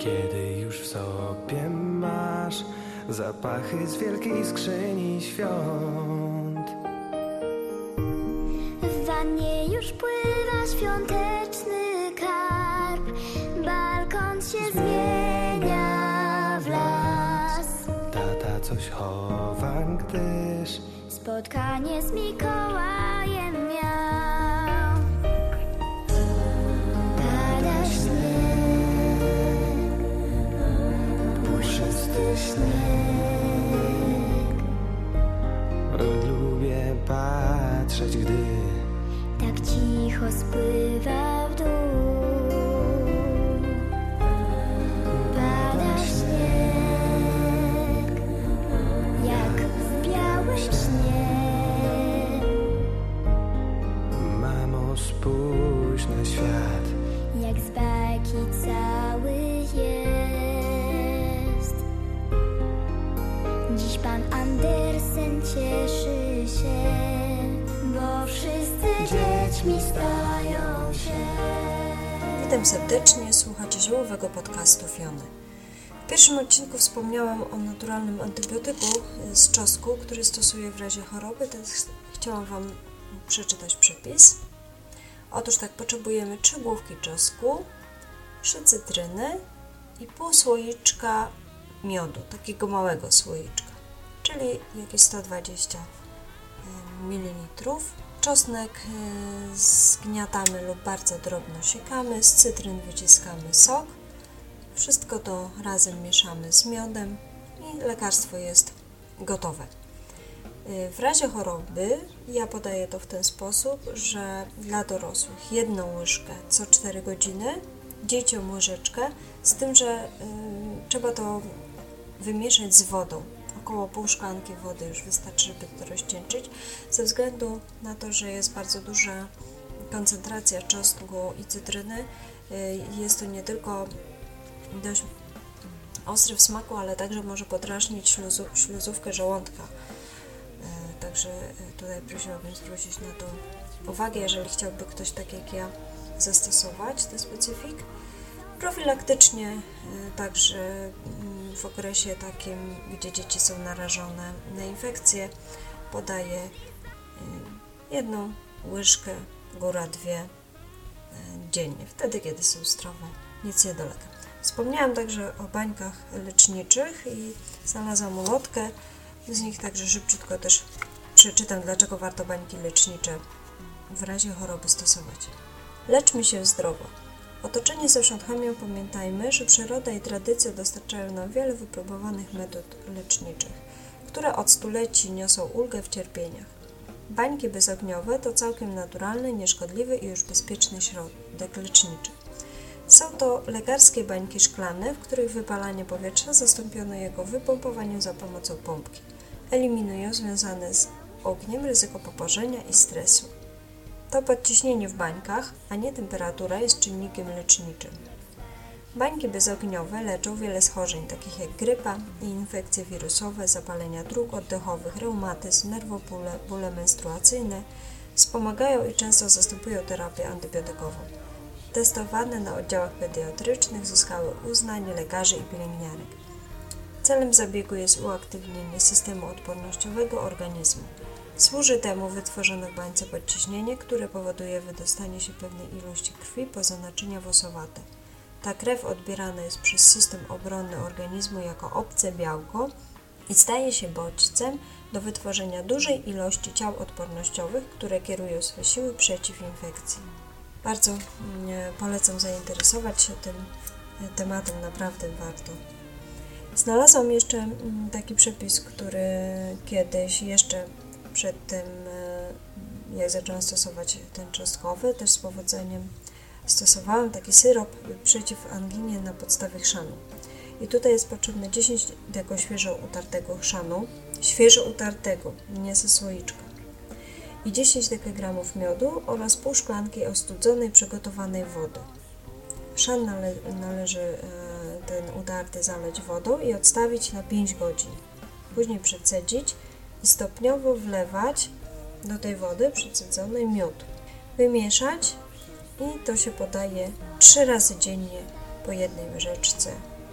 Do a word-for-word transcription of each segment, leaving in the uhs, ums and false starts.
Kiedy już w sobie masz zapachy z wielkiej skrzyni świąt. W wannie już pływa świąteczny karp, balkon się zmienia w las. Tata coś chowa, gdyż spotkanie z Mikołajem miał. Pada śnieg, puszysty śnieg. Lubię patrzeć, gdy tak cicho spływa w dół. Pada śnieg, jak w białym śnie. Mamo, spójrz na świat, Jak z bajki cały jest. Dziś pan Andersen cieszy się, bo wszyscy dziećmi stają się. Witam serdecznie, słuchacie ziołowego podcastu Fiony. W pierwszym odcinku wspomniałam o naturalnym antybiotyku z czosnku, który stosuję w razie choroby. Teraz chciałam Wam przeczytać przepis. Otóż tak, potrzebujemy trzy główki czosnku, trzy cytryny i pół słoiczka miodu, takiego małego słoiczka, czyli jakieś sto dwadzieścia mililitrów. Czosnek zgniatamy lub bardzo drobno siekamy, z cytryn wyciskamy sok. Wszystko to razem mieszamy z miodem i lekarstwo jest gotowe. W razie choroby ja podaję to w ten sposób, że dla dorosłych jedną łyżkę co cztery godziny, dzieciom łyżeczkę, z tym, że y, trzeba to wymieszać z wodą. Około pół szklanki wody już wystarczy, żeby to rozcieńczyć, ze względu na to, że jest bardzo duża koncentracja czosnku i cytryny. Y, jest to nie tylko dość ostry w smaku, ale także może podrażnić śluzu, śluzówkę żołądka. Także tutaj prosiłabym zwrócić na to uwagę, jeżeli chciałby ktoś tak jak ja zastosować ten specyfik. Profilaktycznie także w okresie takim, gdzie dzieci są narażone na infekcje, podaję jedną łyżkę, góra dwie dziennie, wtedy kiedy są zdrowe, nic nie dolega. Wspomniałam także o bańkach leczniczych i znalazłam ulotkę. Z nich także szybciutko też przeczytam, dlaczego warto bańki lecznicze w razie choroby stosować. Leczmy się zdrowo. Otoczeni zewsząd chemią pamiętajmy, że przyroda i tradycja dostarczają nam wiele wypróbowanych metod leczniczych, które od stuleci niosą ulgę w cierpieniach. Bańki bezogniowe to całkiem naturalny, nieszkodliwy i już bezpieczny środek leczniczy. Są to lekarskie bańki szklane, w których wypalanie powietrza zastąpiono jego wypompowaniem za pomocą pompki. Eliminują związane z ogniem ryzyko poparzenia i stresu. To podciśnienie w bańkach, a nie temperatura, jest czynnikiem leczniczym. Bańki bezogniowe leczą wiele schorzeń, takich jak grypa i infekcje wirusowe, zapalenia dróg oddechowych, reumatyzm, nerwobóle, bóle menstruacyjne, wspomagają i często zastępują terapię antybiotykową. Testowane na oddziałach pediatrycznych zyskały uznanie lekarzy i pielęgniarek. Celem zabiegu jest uaktywnienie systemu odpornościowego organizmu. Służy temu wytworzone w bańce podciśnienie, które powoduje wydostanie się pewnej ilości krwi poza naczynia włosowate. Ta krew odbierana jest przez system obronny organizmu jako obce białko i staje się bodźcem do wytworzenia dużej ilości ciał odpornościowych, które kierują swe siły przeciw infekcji. Bardzo polecam zainteresować się tym tematem, naprawdę warto. Znalazłam jeszcze taki przepis, który kiedyś jeszcze przed tym, jak zaczęłam stosować ten czosnkowy, też z powodzeniem stosowałam taki syrop przeciw anginie na podstawie chrzanu. I tutaj jest potrzebne dziesięć deko świeżo utartego chrzanu, świeżo utartego, nie ze słoiczka, i dziesięć dekagramów miodu oraz pół szklanki ostudzonej, przygotowanej wody. Chrzan nale należy ten utarty zalać wodą i odstawić na pięć godzin. Później przecedzić i stopniowo wlewać do tej wody przecedzonej miód. Wymieszać i to się podaje trzy razy dziennie po jednej łyżeczce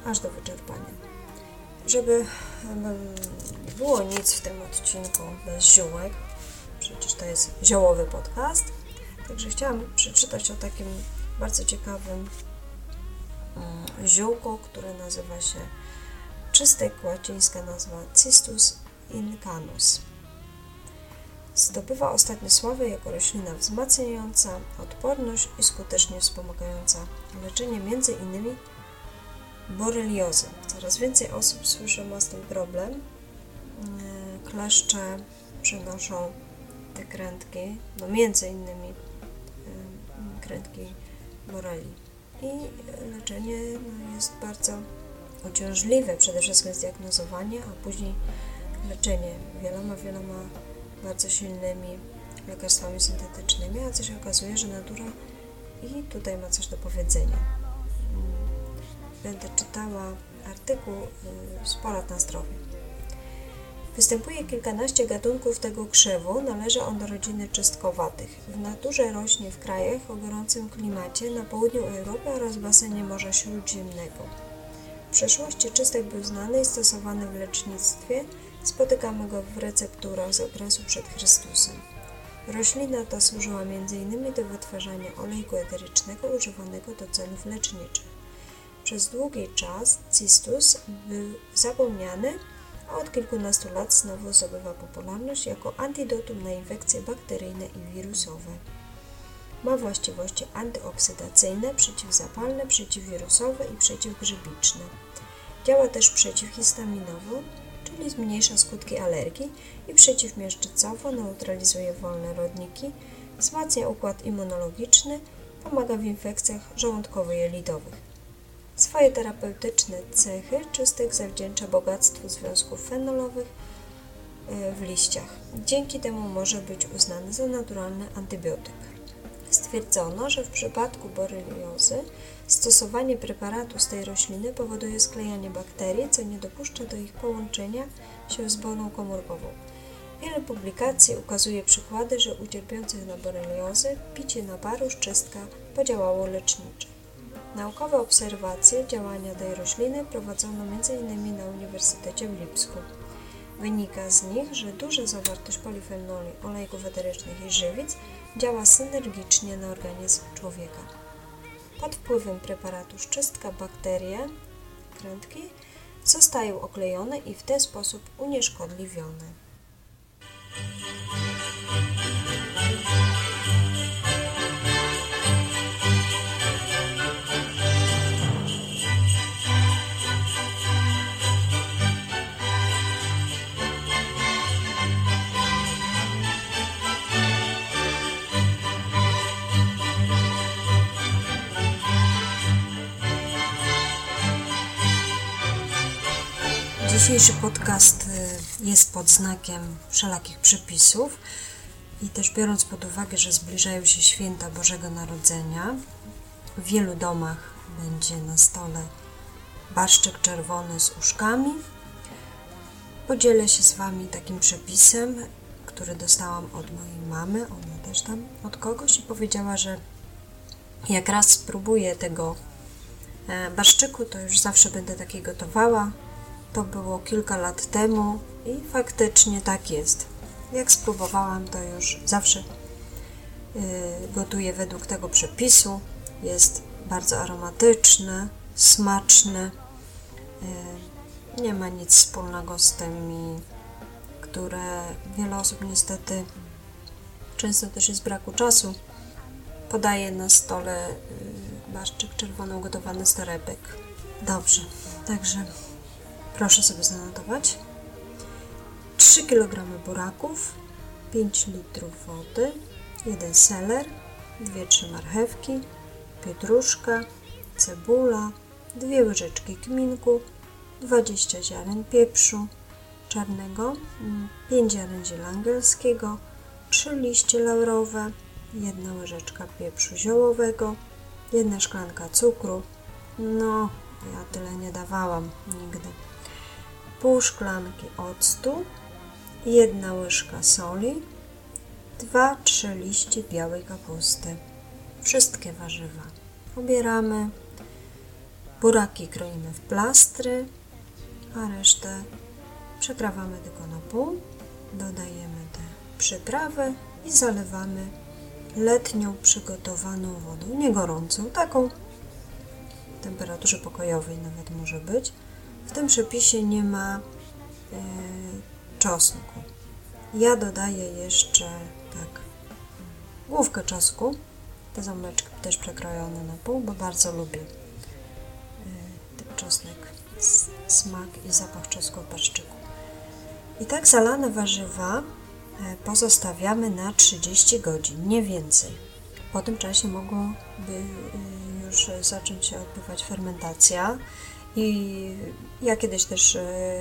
aż do wyczerpania. Żeby nie było nic w tym odcinku bez ziółek, przecież to jest ziołowy podcast, także chciałam przeczytać o takim bardzo ciekawym ziółku, które nazywa się czystek, łacińska nazwa Cistus incanus. Zdobywa ostatnio sławę jako roślina wzmacniająca odporność i skutecznie wspomagająca leczenie między innymi boreliozy. Coraz więcej osób słyszę, ma z tym problem. Kleszcze przenoszą te krętki, no między innymi krętki boreli. I leczenie no, jest bardzo uciążliwe, przede wszystkim zdiagnozowanie, a później leczenie wieloma, wieloma bardzo silnymi lekarstwami syntetycznymi, a co się okazuje, że natura i tutaj ma coś do powiedzenia. Będę czytała artykuł z Porad na zdrowie. Występuje kilkanaście gatunków tego krzewu, należy on do rodziny czystkowatych. W naturze rośnie w krajach o gorącym klimacie na południu Europy oraz w basenie Morza Śródziemnego. W przeszłości czystek był znany i stosowany w lecznictwie, spotykamy go w recepturach z okresu przed Chrystusem. Roślina ta służyła między innymi do wytwarzania olejku eterycznego używanego do celów leczniczych. Przez długi czas cistus był zapomniany, a od kilkunastu lat znowu zdobywa popularność jako antidotum na infekcje bakteryjne i wirusowe. Ma właściwości antyoksydacyjne, przeciwzapalne, przeciwwirusowe i przeciwgrzybiczne. Działa też przeciwhistaminowo, czyli zmniejsza skutki alergii, i przeciwmiażdżycowo, neutralizuje wolne rodniki, wzmacnia układ immunologiczny, pomaga w infekcjach żołądkowo-jelitowych. Swoje terapeutyczne cechy czystek zawdzięcza bogactwu związków fenolowych w liściach. Dzięki temu może być uznany za naturalny antybiotyk. Stwierdzono, że w przypadku boreliozy stosowanie preparatu z tej rośliny powoduje sklejanie bakterii, co nie dopuszcza do ich połączenia się z błoną komórkową. Wiele publikacji ukazuje przykłady, że u cierpiących na boreliozę picie naparu z czystka podziałało leczniczo. Naukowe obserwacje działania tej rośliny prowadzono między innymi na Uniwersytecie w Lipsku. Wynika z nich, że duża zawartość polifenoli, olejków eterycznych i żywic działa synergicznie na organizm człowieka. Pod wpływem preparatu szczystka bakterie, krętki, zostają oklejone i w ten sposób unieszkodliwione. Dzisiejszy podcast jest pod znakiem wszelakich przepisów i też biorąc pod uwagę, że zbliżają się święta Bożego Narodzenia, w wielu domach będzie na stole barszczyk czerwony z uszkami. Podzielę się z Wami takim przepisem, który dostałam od mojej mamy, ona też tam od kogoś, i powiedziała, że jak raz spróbuję tego barszczyku, to już zawsze będę taki gotowała. To było kilka lat temu i faktycznie tak jest. Jak spróbowałam, to już zawsze yy, gotuję według tego przepisu. Jest bardzo aromatyczny, smaczny. Yy, nie ma nic wspólnego z tymi, które wiele osób niestety, często też jest z braku czasu, podaje na stole yy, barszczyk czerwony ugotowany z torebek. Dobrze, także proszę sobie zanotować. trzy kilogramy buraków, pięć litrów wody, jeden seler, dwie trzy marchewki, pietruszka, cebula, dwie łyżeczki kminku, dwadzieścia ziaren pieprzu czarnego, pięć ziaren ziela angielskiego, trzy liście laurowe, jedna łyżeczka pieprzu ziołowego, jedna szklanka cukru. No, ja tyle nie dawałam nigdy. Pół szklanki octu, jedna łyżka soli, dwa trzy liście białej kapusty. Wszystkie warzywa obieramy, Buraki kroimy w plastry, a resztę przekrawamy tylko na pół. Dodajemy te przyprawy i zalewamy letnią przygotowaną wodą, nie gorącą, taką w temperaturze pokojowej nawet może być. W tym przepisie nie ma yy, czosnku. Ja dodaję jeszcze tak główkę czosnku, te ziomeczki też przekrojone na pół, bo bardzo lubię yy, ten czosnek, smak i zapach czosnku w barszczyku. I tak zalane warzywa pozostawiamy na trzydzieści godzin, nie więcej. Po tym czasie mogłaby już zacząć się odbywać fermentacja i ja kiedyś też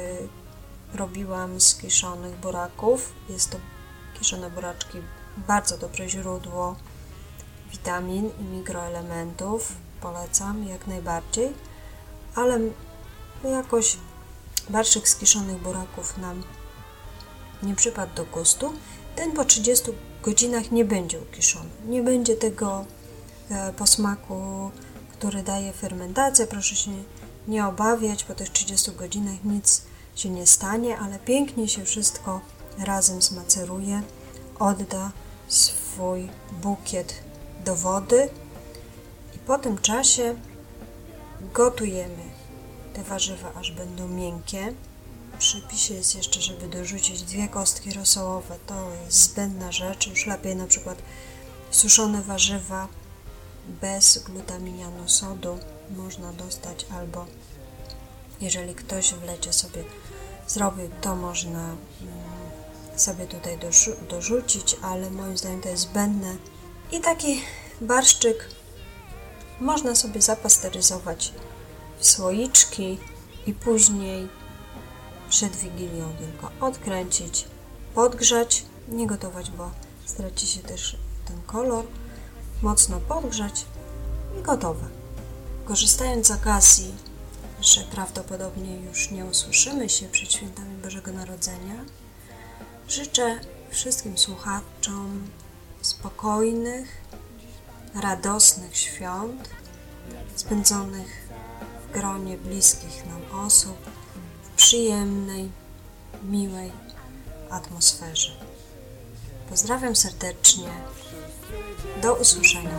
robiłam z kiszonych buraków. Jest to kiszone buraczki, bardzo dobre źródło witamin i mikroelementów, polecam jak najbardziej, ale jakoś barszczyk z kiszonych buraków nam nie przypadł do gustu. Ten po trzydziestu godzinach nie będzie ukiszony. Nie będzie tego e, posmaku, który daje fermentacja. Proszę się nie obawiać, po tych trzydziestu godzinach nic się nie stanie, ale pięknie się wszystko razem zmaceruje, odda swój bukiet do wody i po tym czasie gotujemy te warzywa, aż będą miękkie. W przepisie jest jeszcze, żeby dorzucić dwie kostki rosołowe, to jest zbędna rzecz. Już lepiej na przykład suszone warzywa bez glutaminianu sodu można dostać, albo jeżeli ktoś w lecie sobie zrobił, to można sobie tutaj dorzucić, ale moim zdaniem to jest zbędne. I taki barszczyk można sobie zapasteryzować w słoiczki i później przed Wigilią tylko odkręcić, podgrzać, nie gotować, bo straci się też ten kolor, mocno podgrzać i gotowe. Korzystając z okazji, że prawdopodobnie już nie usłyszymy się przed świętami Bożego Narodzenia, życzę wszystkim słuchaczom spokojnych, radosnych świąt, spędzonych w gronie bliskich nam osób, w przyjemnej, miłej atmosferze. Pozdrawiam serdecznie. Do usłyszenia.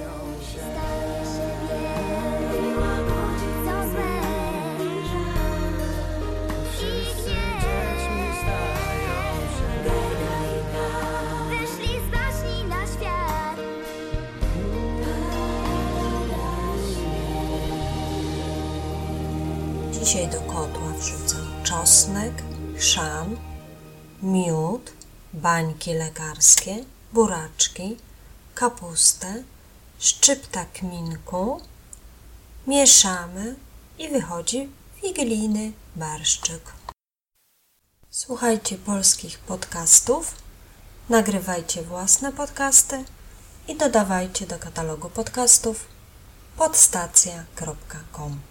Dzisiaj do kotła wrzucę czosnek, chrzan, miód, bańki lekarskie, buraczki, kapustę, szczypta kminku. Mieszamy i wychodzi wigilijny barszczyk. Słuchajcie polskich podcastów, nagrywajcie własne podcasty i dodawajcie do katalogu podcastów podstacja kropka com.